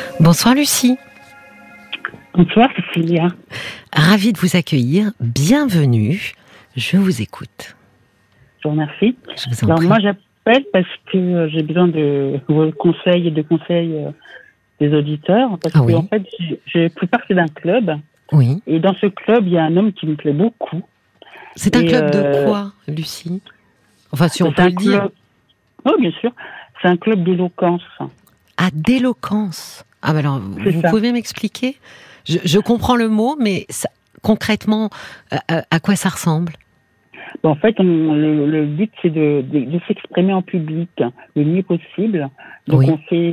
Bonsoir Lucie. Bonsoir Cécilia. Ravie de vous accueillir. Bienvenue. Je vous écoute. Je vous remercie. Je vous en Alors prie. moi j'appelle parce que j'ai besoin de vos conseils et de conseils des auditeurs. Parce que en fait je fais partie d'un club. Oui. Et dans ce club il y a un homme qui me plaît beaucoup. C'est un club de quoi, Lucie? Enfin, si on peut le dire. Oui, bien sûr. C'est un club d'éloquence. Ah, d'éloquence. Ah, ben alors, vous pouvez m'expliquer? Je comprends le mot, mais ça, concrètement, à quoi ça ressemble? En fait, le but, c'est de s'exprimer en public le mieux possible. Donc, on fait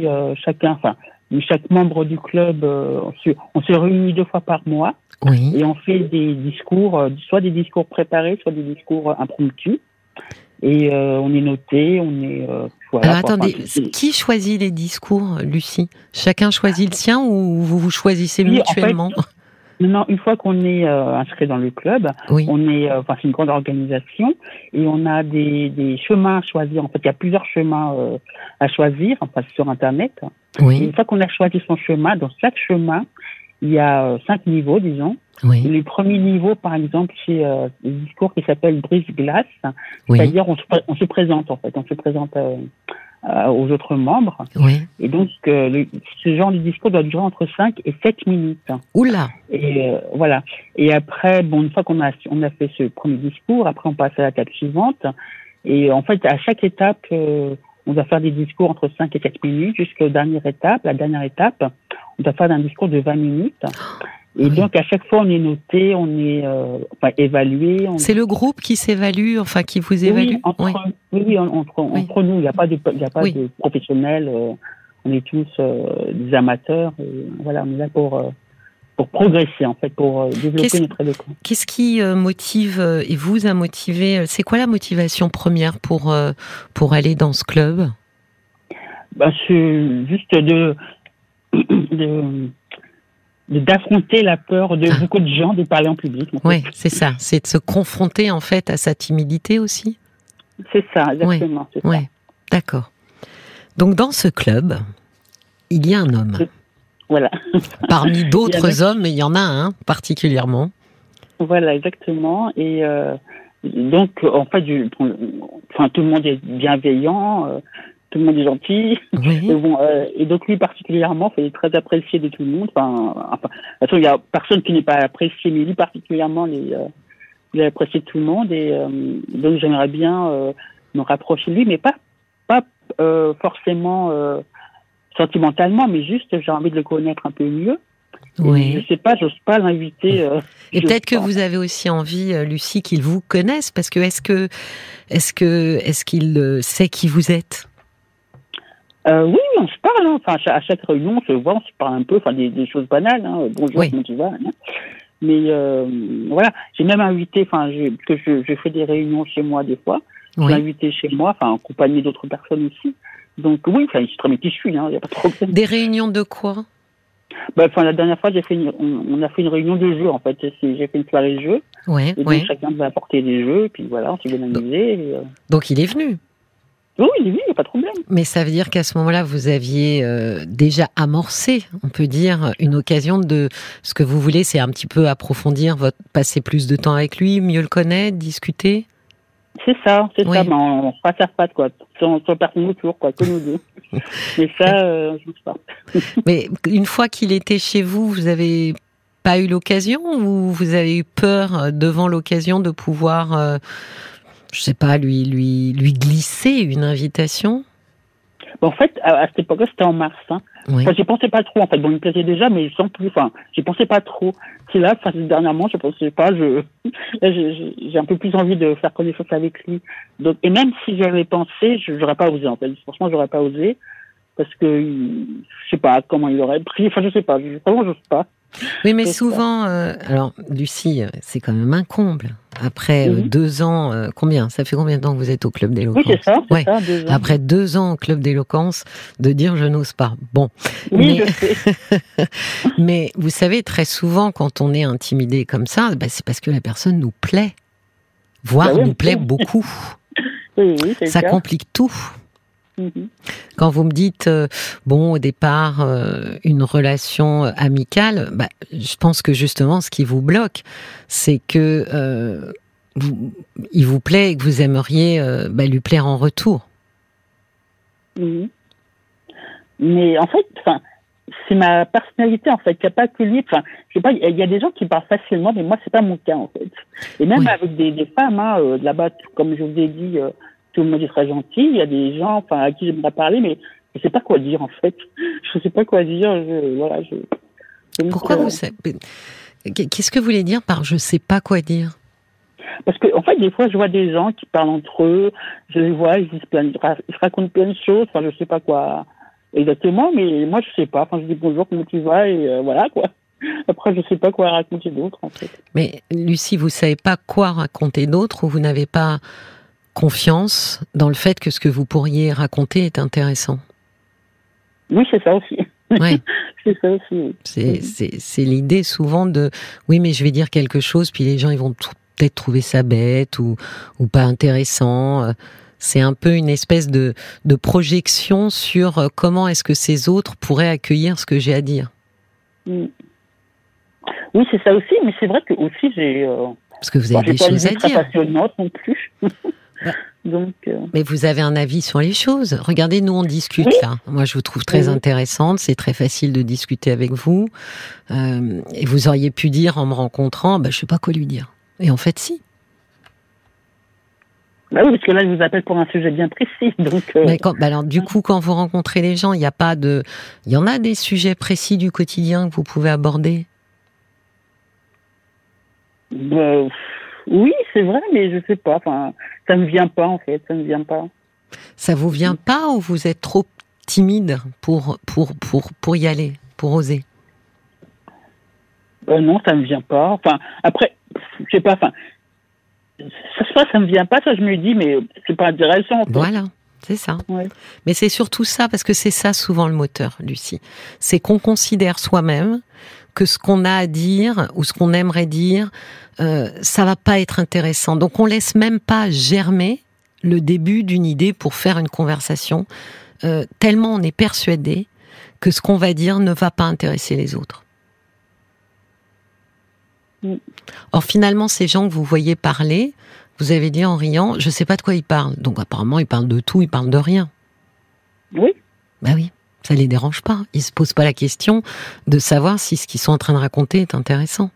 chaque membre du club, on se réunit 2 fois par mois. Oui. Et on fait des discours, soit des discours préparés, soit des discours impromptus. Et on est noté, on est... voilà. Alors attendez, qui choisit les discours, Lucie? Chacun choisit le sien ou vous choisissez mutuellement? En fait, non, une fois qu'on est inscrit dans le club, on est, c'est une grande organisation et on a des chemins à choisir. En fait, il y a plusieurs chemins à choisir, sur Internet. Oui. Et une fois qu'on a choisi son chemin, dans chaque chemin, il y a 5 niveaux, disons. Oui. Et les premiers niveaux, par exemple, c'est des discours qui s'appellent brise-glace, c'est-à-dire on se présente en fait, on se présente aux autres membres. Oui. Et donc ce genre de discours doit durer entre 5 et 7 minutes. Oula. Et voilà. Et après, une fois qu'on a fait ce premier discours, après on passe à la table suivante. Et en fait, à chaque étape, on doit faire des discours entre 5 et 7 minutes jusqu'à la dernière étape, on doit faire un discours de 20 minutes. Et donc, à chaque fois, on est noté, on est évalué. C'est le groupe qui s'évalue, qui vous évalue? Entre nous, il n'y a pas de professionnels. On est tous des amateurs. Et voilà, on est là pour progresser, en fait, pour développer notre éloquence. Qu'est-ce qui motive et vous a motivé? C'est quoi la motivation première pour aller dans ce club? C'est juste d'affronter la peur de beaucoup de gens de parler en public. Oui, c'est ça. C'est de se confronter en fait à sa timidité aussi. C'est ça, exactement. Oui, d'accord. Donc dans ce club, il y a un homme. Voilà. Parmi d'autres hommes, mais il y en a un particulièrement. Voilà, exactement. Et donc, en fait, tout le monde est bienveillant. Tout le monde est gentil. Oui. Et donc lui particulièrement, il est très apprécié de tout le monde. Il y a personne qui n'est pas apprécié, mais lui particulièrement, il est apprécié de tout le monde. Et donc j'aimerais bien me rapprocher de lui, mais pas forcément sentimentalement, mais juste j'ai envie de le connaître un peu mieux. Oui. Et je sais pas, j'ose pas l'inviter. Et peut-être que vous avez aussi envie, Lucie, qu'il vous connaisse, parce que est-ce qu'il sait qui vous êtes? Oui, on se parle. À chaque réunion, on se voit, on se parle un peu, des choses banales. Bonjour, comment tu vas? Mais voilà, j'ai même invité, parce que je fais des réunions chez moi des fois. J'ai invité chez moi, en compagnie d'autres personnes aussi. Donc oui, je suis très qui je suis, il n'y a pas de problème. Des réunions de quoi? La dernière fois, on a fait une réunion de jeux, en fait. J'ai fait une soirée de jeux. Ouais, et donc chacun devait apporter des jeux, et puis voilà, on s'est bien amusé. Donc il est venu? Oui, il n'y a pas de problème. Mais ça veut dire qu'à ce moment-là, vous aviez déjà amorcé, on peut dire, une occasion de... Ce que vous voulez, c'est un petit peu approfondir, passer plus de temps avec lui, mieux le connaître, discuter? C'est ça, mais en face à face, sans personne autour, que nous deux. Mais ça, je ne sais pas. Mais une fois qu'il était chez vous, vous avez pas eu l'occasion, ou vous avez eu peur devant l'occasion de pouvoir... je sais pas, lui glisser une invitation? En fait, à cette époque-là, c'était en mars. Oui. J'y pensais pas trop, en fait. Il me plaisait déjà, mais sans plus. J'y pensais pas trop. C'est là, dernièrement, je pensais pas. J'ai un peu plus envie de faire connaissance avec lui. Donc, et même si j'avais pensé, j'aurais pas osé, en fait. Franchement, j'aurais pas osé. Parce que, je sais pas comment il aurait pris. Je sais pas. Vraiment, j'ose pas. Oui, mais souvent, alors Lucie, c'est quand même un comble. Après 2 ans, ça fait combien de temps que vous êtes au Club d'Éloquence? Oui, c'est ça, 2 ans. Après 2 ans au Club d'Éloquence, de dire je n'ose pas. Bon. Oui, je sais. Mais vous savez, très souvent, quand on est intimidé comme ça, c'est parce que la personne nous plaît. Voire nous plaît beaucoup. Oui, c'est ça complique tout. Mhm. Quand vous me dites, bon, au départ, une relation amicale, je pense que justement, ce qui vous bloque, c'est que il vous plaît et que vous aimeriez lui plaire en retour. Mhm. Mais en fait, enfin, c'est ma personnalité en fait. Il n'y a pas que lui. Enfin, je sais pas. Il y a des gens qui parlent facilement, mais moi c'est pas mon cas en fait. Et même Oui. avec des femmes, là-bas, comme je vous ai dit, tout le monde est très gentil. Il y a des gens, enfin, à qui j'aimerais parler, mais je sais pas quoi dire en fait. Je sais pas quoi dire. Voilà. Pourquoi vous savez... Qu'est-ce que vous voulez dire par je sais pas quoi dire? Parce que en fait, des fois, je vois des gens qui parlent entre eux. Je les vois, ils racontent plein de choses. Enfin, je sais pas quoi exactement, mais moi, je sais pas. Enfin, je dis bonjour, comment tu vas, et voilà quoi. Après, je sais pas quoi raconter d'autre en fait. Mais Lucie, vous savez pas quoi raconter d'autre ou vous n'avez pas confiance dans le fait que ce que vous pourriez raconter est intéressant? Oui, c'est ça aussi. Ouais. C'est ça aussi. Oui. C'est l'idée souvent de oui, mais je vais dire quelque chose, puis les gens ils vont peut-être trouver ça bête ou pas intéressant. C'est un peu une espèce de projection sur comment est-ce que ces autres pourraient accueillir ce que j'ai à dire. Mm. Oui, c'est ça aussi, mais c'est vrai que aussi j'ai. Parce que vous avez des choses à dire. J'ai pas une vie très passionnante non plus. Bah, Donc. Mais vous avez un avis sur les choses. Regardez, nous on discute là. Moi, je vous trouve très intéressante. C'est très facile de discuter avec vous. Et vous auriez pu dire en me rencontrant, je sais pas quoi lui dire. Et en fait, si. Bah oui, parce que là, je vous appelle pour un sujet bien précis. Donc. Mais alors, du coup, quand vous rencontrez les gens, il y en a des sujets précis du quotidien que vous pouvez aborder. Oui, c'est vrai, mais je sais pas. Enfin, ça me vient pas en fait. Ça me vient pas. Ça vous vient pas ou vous êtes trop timide pour y aller, pour oser? Non, ça me vient pas. Enfin, après, je sais pas. Enfin, ça me vient pas. Ça, je me dis, mais c'est pas intéressant. En fait. Voilà. C'est ça. Ouais. Mais c'est surtout ça, parce que c'est ça souvent le moteur, Lucie. C'est qu'on considère soi-même que ce qu'on a à dire ou ce qu'on aimerait dire, ça va pas être intéressant. Donc on laisse même pas germer le début d'une idée pour faire une conversation, tellement on est persuadé que ce qu'on va dire ne va pas intéresser les autres. Or finalement, ces gens que vous voyez parler, vous avez dit en riant, je sais pas de quoi ils parlent. Donc apparemment, ils parlent de tout, ils parlent de rien. Oui. Bah oui, ça les dérange pas. Ils se posent pas la question de savoir si ce qu'ils sont en train de raconter est intéressant.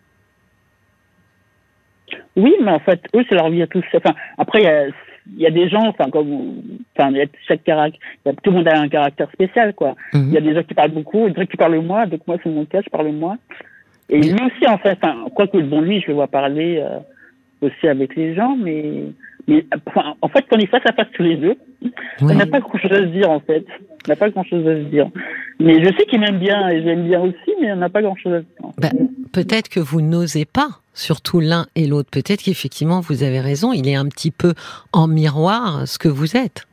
Oui, mais en fait, eux, c'est leur vie à tous. Enfin, après, il y a des gens, enfin, il y a chaque caractère, tout le monde a un caractère spécial, quoi. Il y a des gens qui parlent beaucoup, d'autres qui parlent moins. Donc moi, c'est mon cas, je parle moins. Et lui aussi, en fait, quoique, bon, lui, je le vois parler aussi avec les gens, mais enfin, en fait, quand on est face à face tous les deux, on n'a pas grand-chose à se dire, en fait. On n'a pas grand-chose à se dire. Mais je sais qu'il m'aime bien, et j'aime bien aussi, mais on n'a pas grand-chose à se dire. Peut-être que vous n'osez pas, surtout l'un et l'autre. Peut-être qu'effectivement, vous avez raison, il est un petit peu en miroir ce que vous êtes.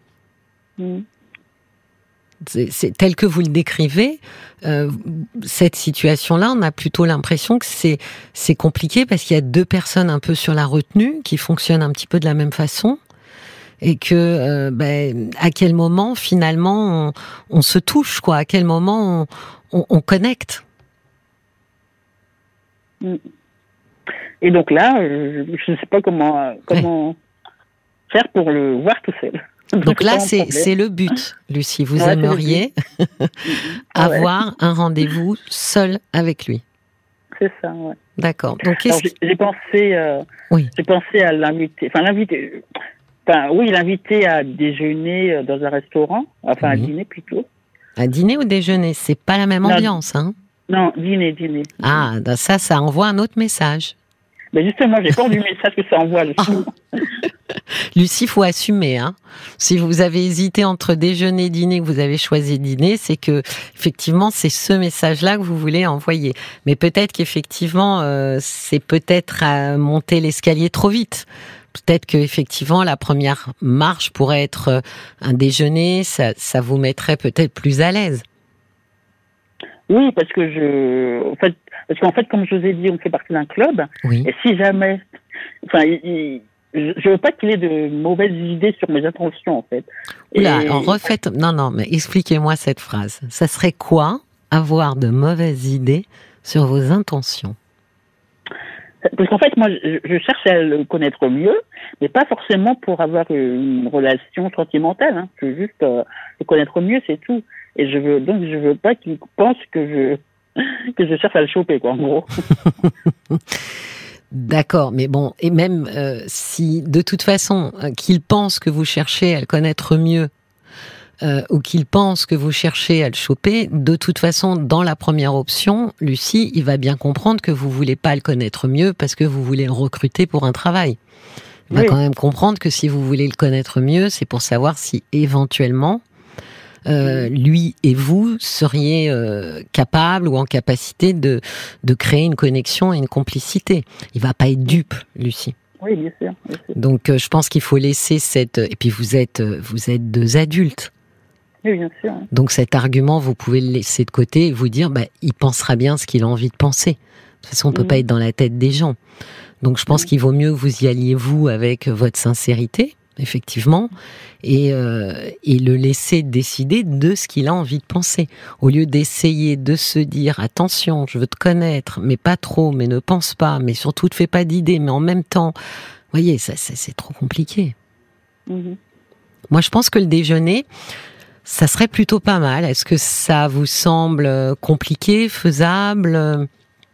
C'est tel que vous le décrivez, cette situation-là, on a plutôt l'impression que c'est compliqué parce qu'il y a deux personnes un peu sur la retenue qui fonctionnent un petit peu de la même façon et que à quel moment finalement on se touche, quoi, à quel moment on connecte. Et donc là, je ne sais pas comment faire pour le voir tout seul. Donc là, c'est le but, Lucie. Vous aimeriez avoir un rendez-vous seul avec lui. C'est ça, ouais. D'accord. Donc j'ai pensé à l'inviter. Enfin, l'inviter à déjeuner dans un restaurant. Enfin, à dîner plutôt. À dîner ou déjeuner, c'est pas la même ambiance, hein? Non, dîner. Ah, ça envoie un autre message. Mais justement, j'ai peur du message que ça envoie. Lucie, faut assumer, hein. Si vous avez hésité entre déjeuner et dîner, que vous avez choisi dîner, c'est que effectivement c'est ce message-là que vous voulez envoyer. Mais peut-être qu'effectivement c'est peut-être à monter l'escalier trop vite. Peut-être que effectivement la première marche pourrait être un déjeuner, ça vous mettrait peut-être plus à l'aise. Oui, parce qu'en fait, comme je vous ai dit, on fait partie d'un club. Oui. Et si jamais, enfin, je veux pas qu'il ait de mauvaises idées sur mes intentions, en fait. Oula, non, mais expliquez-moi cette phrase. Ça serait quoi, avoir de mauvaises idées sur vos intentions? Parce qu'en fait, moi, je cherche à le connaître mieux, mais pas forcément pour avoir une relation sentimentale, hein. Je veux juste le connaître mieux, c'est tout. Et je veux pas qu'il pense que je cherche à le choper, quoi, en gros. D'accord, mais bon, et même si de toute façon qu'il pense que vous cherchez à le connaître mieux, ou qu'il pense que vous cherchez à le choper, de toute façon, dans la première option, Lucie, il va bien comprendre que vous voulez pas le connaître mieux parce que vous voulez le recruter pour un travail. Il va quand même comprendre que si vous voulez le connaître mieux, c'est pour savoir si éventuellement lui et vous seriez capables ou en capacité de créer une connexion et une complicité. Il va pas être dupe, Lucie. Oui, bien sûr. Donc, je pense qu'il faut laisser et puis vous êtes deux adultes. Oui, bien sûr. Donc, cet argument, vous pouvez le laisser de côté et vous dire, il pensera bien ce qu'il a envie de penser. De toute façon, on peut pas être dans la tête des gens. Donc, je pense qu'il vaut mieux que vous y alliez, vous, avec votre sincérité, effectivement, et le laisser décider de ce qu'il a envie de penser. Au lieu d'essayer de se dire, attention, je veux te connaître, mais pas trop, mais ne pense pas, mais surtout te fais pas d'idées, mais en même temps, vous voyez, ça, c'est trop compliqué. Moi, je pense que le déjeuner, ça serait plutôt pas mal. Est-ce que ça vous semble compliqué, faisable ?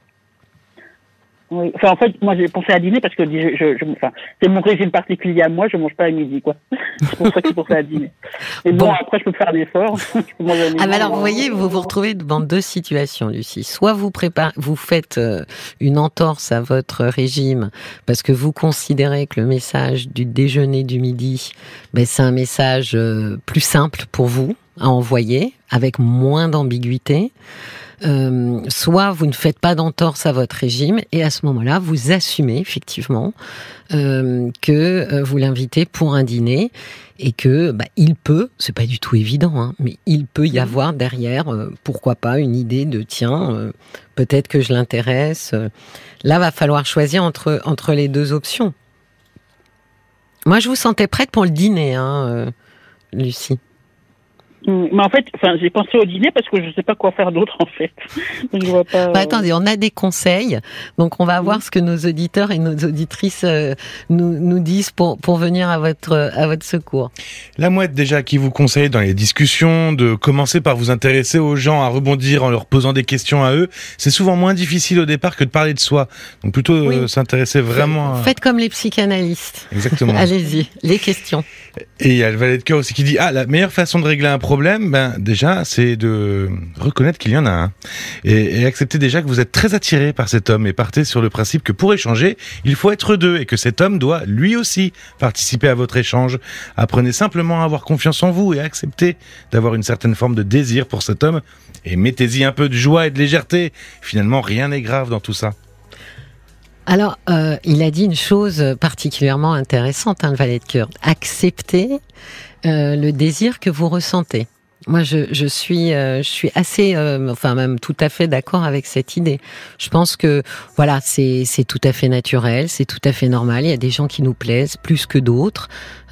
Oui. Enfin, en fait, moi, j'ai pensé à dîner parce que c'est mon régime particulier à moi. Je mange pas à midi, quoi. C'est pour ça que j'ai pensé à dîner. Et bon, après, je peux faire des efforts. Mais alors, vous voyez, vous vous retrouvez devant deux situations, Lucie. Soit vous faites une entorse à votre régime parce que vous considérez que le message du déjeuner du midi, c'est un message plus simple pour vous à envoyer, avec moins d'ambiguïté. Soit vous ne faites pas d'entorse à votre régime et à ce moment-là, vous assumez effectivement que vous l'invitez pour un dîner et que il peut, c'est pas du tout évident, hein, mais il peut y avoir derrière, pourquoi pas, une idée de tiens, peut-être que je l'intéresse. Là, va falloir choisir entre les deux options. Moi, je vous sentais prête pour le dîner, Lucie. Mais en fait, j'ai pensé au dîner parce que je sais pas quoi faire d'autre, en fait. Donc, je vois pas. Attendez, on a des conseils. Donc, on va voir ce que nos auditeurs et nos auditrices nous disent pour venir à votre secours. La mouette, déjà, qui vous conseille dans les discussions de commencer par vous intéresser aux gens, à rebondir en leur posant des questions à eux. C'est souvent moins difficile au départ que de parler de soi. Donc, plutôt s'intéresser vraiment Faites comme les psychanalystes. Exactement. Allez-y, les questions. Et il y a le valet de cœur aussi qui dit la meilleure façon de régler un problème, déjà, c'est de reconnaître qu'il y en a un et accepter déjà que vous êtes très attiré par cet homme et partez sur le principe que pour échanger, il faut être deux et que cet homme doit lui aussi participer à votre échange. Apprenez simplement à avoir confiance en vous et à accepter d'avoir une certaine forme de désir pour cet homme et mettez-y un peu de joie et de légèreté. Finalement, rien n'est grave dans tout ça. Alors, il a dit une chose particulièrement intéressante, le valet de cœur. Accepter le désir que vous ressentez. Moi, je suis assez, même tout à fait d'accord avec cette idée. Je pense que, voilà, c'est tout à fait naturel, c'est tout à fait normal. Il y a des gens qui nous plaisent plus que d'autres.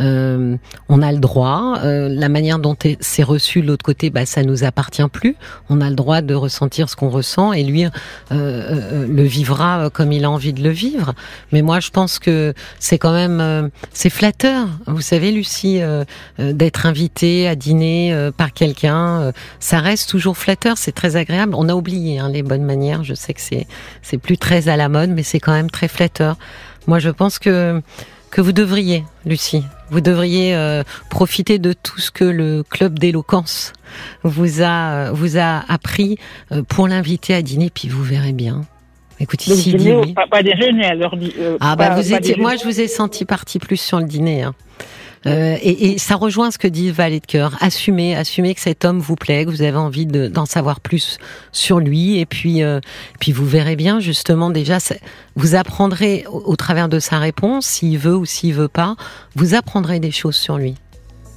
On a le droit. La manière dont c'est reçu de l'autre côté, ça nous appartient plus. On a le droit de ressentir ce qu'on ressent et lui le vivra comme il a envie de le vivre. Mais moi, je pense que c'est quand même, c'est flatteur. Vous savez, Lucie, d'être invitée à dîner par quelqu'un, ça reste toujours flatteur, c'est très agréable. On a oublié les bonnes manières, je sais que c'est plus très à la mode, mais c'est quand même très flatteur. Moi, je pense que vous devriez, Lucie, vous devriez profiter de tout ce que le club d'éloquence vous a appris pour l'inviter à dîner, puis vous verrez bien. Écoutez, s'il dit oui. Pas déjeuner, alors. Moi, je vous ai senti partie plus sur le dîner. Et ça rejoint ce que dit Valet de cœur. Assumez que cet homme vous plaît, que vous avez envie d'en savoir plus sur lui, et puis vous verrez bien justement déjà. Vous apprendrez au travers de sa réponse, s'il veut ou s'il veut pas, vous apprendrez des choses sur lui. D'accord ?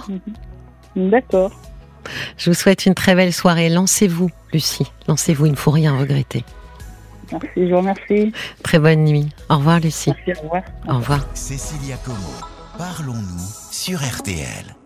D'accord. Je vous souhaite une très belle soirée. Lancez-vous, Lucie. Lancez-vous. Il ne faut rien regretter. Merci, je vous remercie. Très bonne nuit. Au revoir, Lucie. Merci, au revoir. Au revoir. Cécilia Como, parlons-nous sur RTL.